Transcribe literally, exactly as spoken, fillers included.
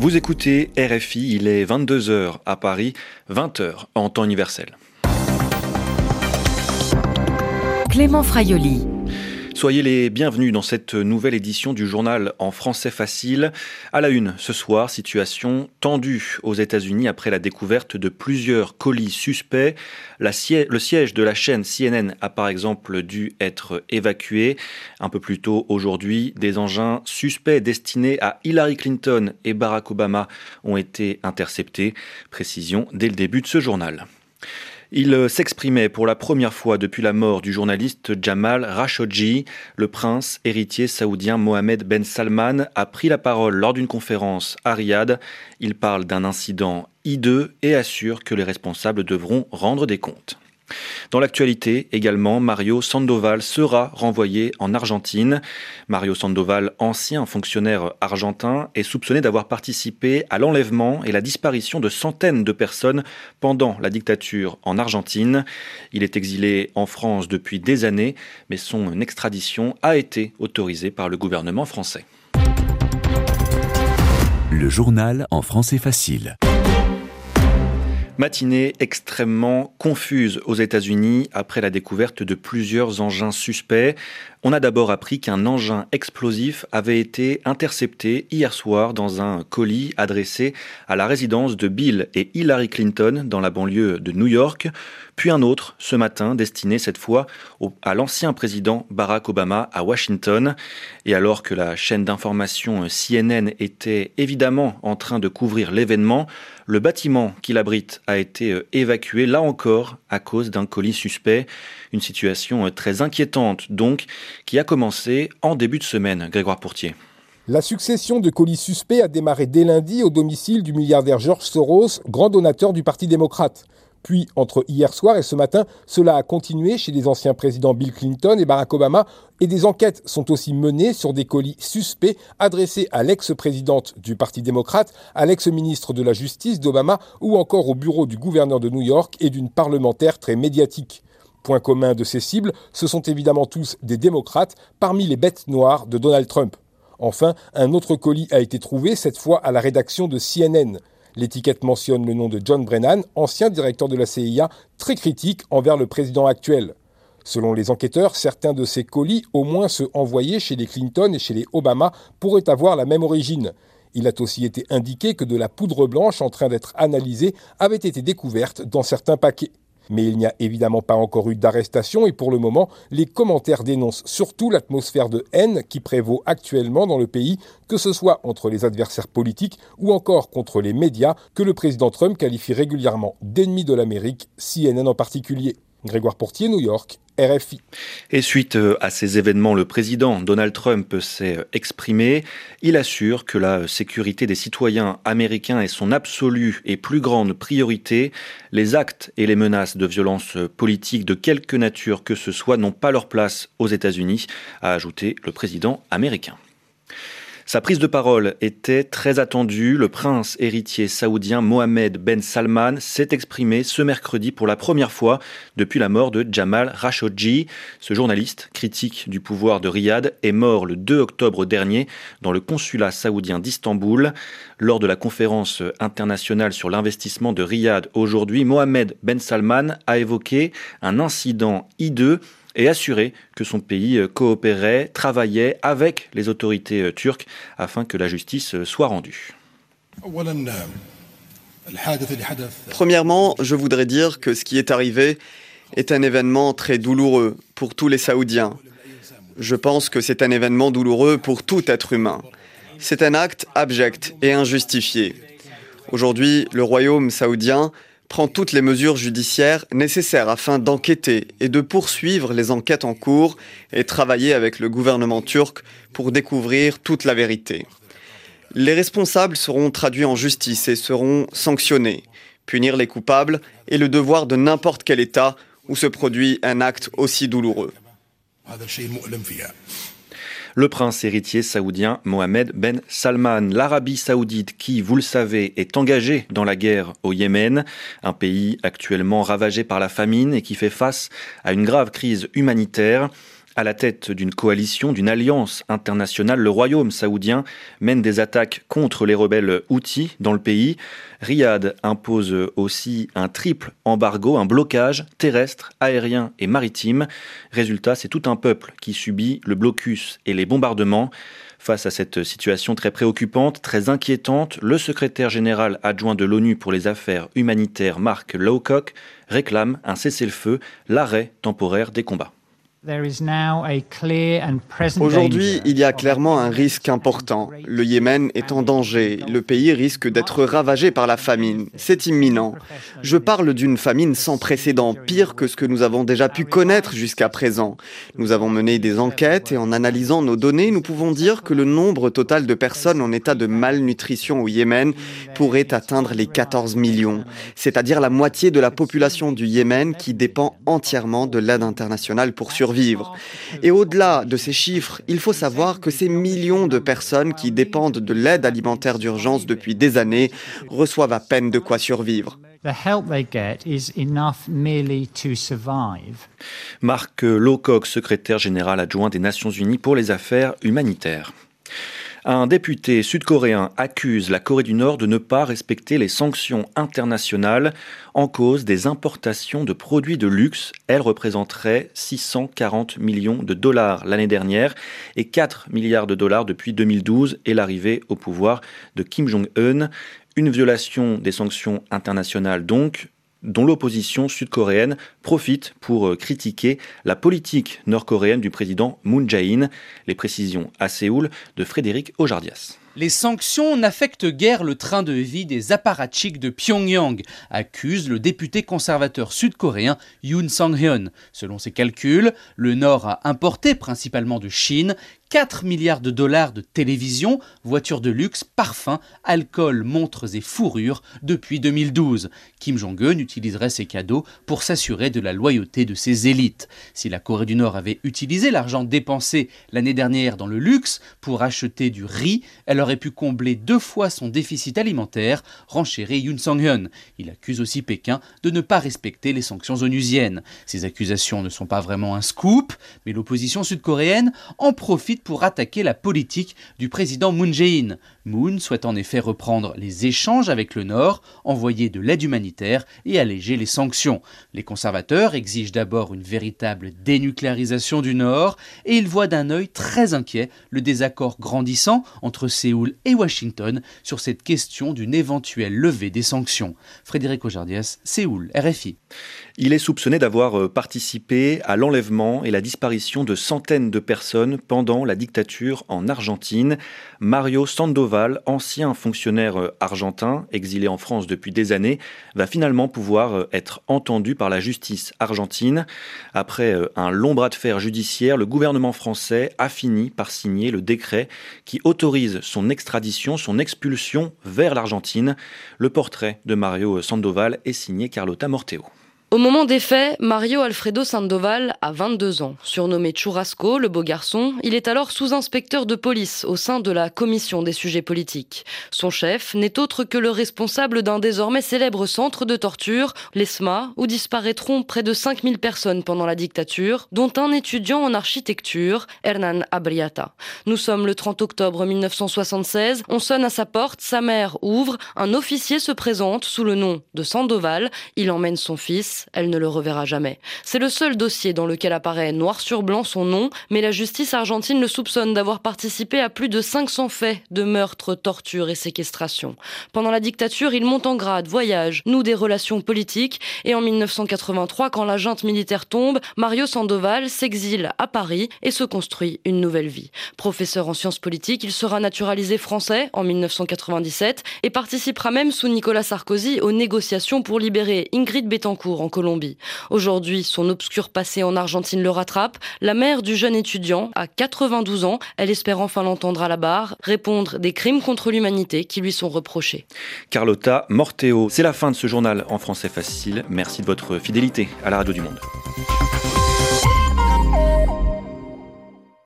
Vous écoutez R F I, il est vingt-deux heures à Paris, vingt heures en temps universel. Clément Fraioli. Soyez les bienvenus dans cette nouvelle édition du journal en français facile. À la une, ce soir, situation tendue aux États-Unis après la découverte de plusieurs colis suspects. La siè- le siège de la chaîne C N N a par exemple dû être évacué. Un peu plus tôt aujourd'hui, des engins suspects destinés à Hillary Clinton et Barack Obama ont été interceptés. Précision dès le début de ce journal. Il s'exprimait pour la première fois depuis la mort du journaliste Jamal Khashoggi. Le prince héritier saoudien Mohammed Ben Salman a pris la parole lors d'une conférence à Riyad. Il parle d'un incident hideux et assure que les responsables devront rendre des comptes. Dans l'actualité également, Mario Sandoval sera renvoyé en Argentine. Mario Sandoval, ancien fonctionnaire argentin, est soupçonné d'avoir participé à l'enlèvement et la disparition de centaines de personnes pendant la dictature en Argentine. Il est exilé en France depuis des années, mais son extradition a été autorisée par le gouvernement français. Le journal en français facile. Matinée extrêmement confuse aux États-Unis après la découverte de plusieurs engins suspects. On a d'abord appris qu'un engin explosif avait été intercepté hier soir dans un colis adressé à la résidence de Bill et Hillary Clinton dans la banlieue de New York, puis un autre ce matin destiné cette fois au, à l'ancien président Barack Obama à Washington. Et alors que la chaîne d'information C N N était évidemment en train de couvrir l'événement, le bâtiment qui l'abrite a été évacué, là encore, à cause d'un colis suspect. Une situation très inquiétante, donc, qui a commencé en début de semaine. Grégoire Pourtier. La succession de colis suspects a démarré dès lundi au domicile du milliardaire George Soros, grand donateur du Parti démocrate. Puis, entre hier soir et ce matin, cela a continué chez les anciens présidents Bill Clinton et Barack Obama, et des enquêtes sont aussi menées sur des colis suspects adressés à l'ex-présidente du Parti démocrate, à l'ex-ministre de la Justice d'Obama ou encore au bureau du gouverneur de New York et d'une parlementaire très médiatique. Point commun de ces cibles, ce sont évidemment tous des démocrates, parmi les bêtes noires de Donald Trump. Enfin, un autre colis a été trouvé, cette fois à la rédaction de C N N. L'étiquette mentionne le nom de John Brennan, ancien directeur de la C I A, très critique envers le président actuel. Selon les enquêteurs, certains de ces colis, au moins ceux envoyés chez les Clinton et chez les Obama, pourraient avoir la même origine. Il a aussi été indiqué que de la poudre blanche en train d'être analysée avait été découverte dans certains paquets. Mais il n'y a évidemment pas encore eu d'arrestation et pour le moment, les commentaires dénoncent surtout l'atmosphère de haine qui prévaut actuellement dans le pays, que ce soit entre les adversaires politiques ou encore contre les médias que le président Trump qualifie régulièrement d'ennemis de l'Amérique, C N N en particulier. Grégoire Pourtier, New York, R F I. Et suite à ces événements, le président Donald Trump s'est exprimé. Il assure que la sécurité des citoyens américains est son absolue et plus grande priorité. Les actes et les menaces de violence politique de quelque nature que ce soit n'ont pas leur place aux États-Unis, a ajouté le président américain. Sa prise de parole était très attendue. Le prince héritier saoudien Mohammed Ben Salman s'est exprimé ce mercredi pour la première fois depuis la mort de Jamal Khashoggi. Ce journaliste, critique du pouvoir de Riyad, est mort le deux octobre dernier dans le consulat saoudien d'Istanbul. Lors de la conférence internationale sur l'investissement de Riyad aujourd'hui, Mohammed Ben Salman a évoqué un incident hideux et assuré que son pays coopérait, travaillait avec les autorités turques afin que la justice soit rendue. Premièrement, je voudrais dire que ce qui est arrivé est un événement très douloureux pour tous les Saoudiens. Je pense que c'est un événement douloureux pour tout être humain. C'est un acte abject et injustifié. Aujourd'hui, le royaume saoudien prend toutes les mesures judiciaires nécessaires afin d'enquêter et de poursuivre les enquêtes en cours et travailler avec le gouvernement turc pour découvrir toute la vérité. Les responsables seront traduits en justice et seront sanctionnés. Punir les coupables est le devoir de n'importe quel État où se produit un acte aussi douloureux. Le prince héritier saoudien Mohammed Ben Salman, l'Arabie saoudite qui, vous le savez, est engagée dans la guerre au Yémen, un pays actuellement ravagé par la famine et qui fait face à une grave crise humanitaire. À la tête d'une coalition, d'une alliance internationale, le royaume saoudien mène des attaques contre les rebelles Houthis dans le pays. Riyad impose aussi un triple embargo, un blocage terrestre, aérien et maritime. Résultat, c'est tout un peuple qui subit le blocus et les bombardements. Face à cette situation très préoccupante, très inquiétante, le secrétaire général adjoint de l'ONU pour les affaires humanitaires, Mark Lowcock, réclame un cessez-le-feu, l'arrêt temporaire des combats. Aujourd'hui, il y a clairement un risque important. Le Yémen est en danger. Le pays risque d'être ravagé par la famine. C'est imminent. Je parle d'une famine sans précédent, pire que ce que nous avons déjà pu connaître jusqu'à présent. Nous avons mené des enquêtes et en analysant nos données, nous pouvons dire que le nombre total de personnes en état de malnutrition au Yémen pourrait atteindre les quatorze millions, c'est-à-dire la moitié de la population du Yémen qui dépend entièrement de l'aide internationale pour survivre. Vivre. Et au-delà de ces chiffres, il faut savoir que ces millions de personnes qui dépendent de l'aide alimentaire d'urgence depuis des années reçoivent à peine de quoi survivre. Mark Lowcock, secrétaire général adjoint des Nations Unies pour les affaires humanitaires. Un député sud-coréen accuse la Corée du Nord de ne pas respecter les sanctions internationales en cause des importations de produits de luxe. Elles représenteraient six cent quarante millions de dollars l'année dernière et quatre milliards de dollars depuis deux mille douze et l'arrivée au pouvoir de Kim Jong-un. Une violation des sanctions internationales donc, dont l'opposition sud-coréenne profite pour critiquer la politique nord-coréenne du président Moon Jae-in. Les précisions à Séoul de Frédéric Ojardias. Les sanctions n'affectent guère le train de vie des apparatchiks de Pyongyang, accuse le député conservateur sud-coréen Yoon Sang-hyun. Selon ses calculs, le Nord a importé principalement de Chine quatre milliards de dollars de télévisions, voitures de luxe, parfums, alcool, montres et fourrures depuis deux mille douze. Kim Jong-un utiliserait ces cadeaux pour s'assurer de la loyauté de ses élites. Si la Corée du Nord avait utilisé l'argent dépensé l'année dernière dans le luxe pour acheter du riz, elle aurait pu combler deux fois son déficit alimentaire, renchérit Yoon Sang-hyun. Il accuse aussi Pékin de ne pas respecter les sanctions onusiennes. Ces accusations ne sont pas vraiment un scoop, mais l'opposition sud-coréenne en profite pour attaquer la politique du président Moon Jae-in. Moon souhaite en effet reprendre les échanges avec le Nord, envoyer de l'aide humanitaire et alléger les sanctions. Les conservateurs exigent d'abord une véritable dénucléarisation du Nord et ils voient d'un œil très inquiet le désaccord grandissant entre Séoul et Washington sur cette question d'une éventuelle levée des sanctions. Frédéric Ojardias, Séoul, R F I. Il est soupçonné d'avoir participé à l'enlèvement et la disparition de centaines de personnes pendant la dictature en Argentine. Mario Sandoval, ancien fonctionnaire argentin, exilé en France depuis des années, va finalement pouvoir être entendu par la justice argentine. Après un long bras de fer judiciaire, le gouvernement français a fini par signer le décret qui autorise son extradition, son expulsion vers l'Argentine. Le portrait de Mario Sandoval est signé Carlotta Morteo. Au moment des faits, Mario Alfredo Sandoval a vingt-deux ans. Surnommé Churrasco, le beau garçon, il est alors sous-inspecteur de police au sein de la commission des sujets politiques. Son chef n'est autre que le responsable d'un désormais célèbre centre de torture, l'E S M A, où disparaîtront près de cinq mille personnes pendant la dictature, dont un étudiant en architecture, Hernán Abriata. Nous sommes le trente octobre mille neuf cent soixante-seize, on sonne à sa porte, sa mère ouvre, un officier se présente sous le nom de Sandoval, il emmène son fils. Elle ne le reverra jamais. C'est le seul dossier dans lequel apparaît noir sur blanc son nom, mais la justice argentine le soupçonne d'avoir participé à plus de cinq cents faits de meurtres, tortures et séquestrations. Pendant la dictature, il monte en grade, voyage, noue des relations politiques, et en mille neuf cent quatre-vingt-trois, quand la junte militaire tombe, Mario Sandoval s'exile à Paris et se construit une nouvelle vie. Professeur en sciences politiques, il sera naturalisé français en mille neuf cent quatre-vingt-dix-sept et participera même sous Nicolas Sarkozy aux négociations pour libérer Ingrid Betancourt en Colombie. Aujourd'hui, son obscur passé en Argentine le rattrape. La mère du jeune étudiant a quatre-vingt-douze ans. Elle espère enfin l'entendre à la barre, répondre des crimes contre l'humanité qui lui sont reprochés. Carlotta Morteo, c'est la fin de ce journal en français facile. Merci de votre fidélité à la Radio du Monde.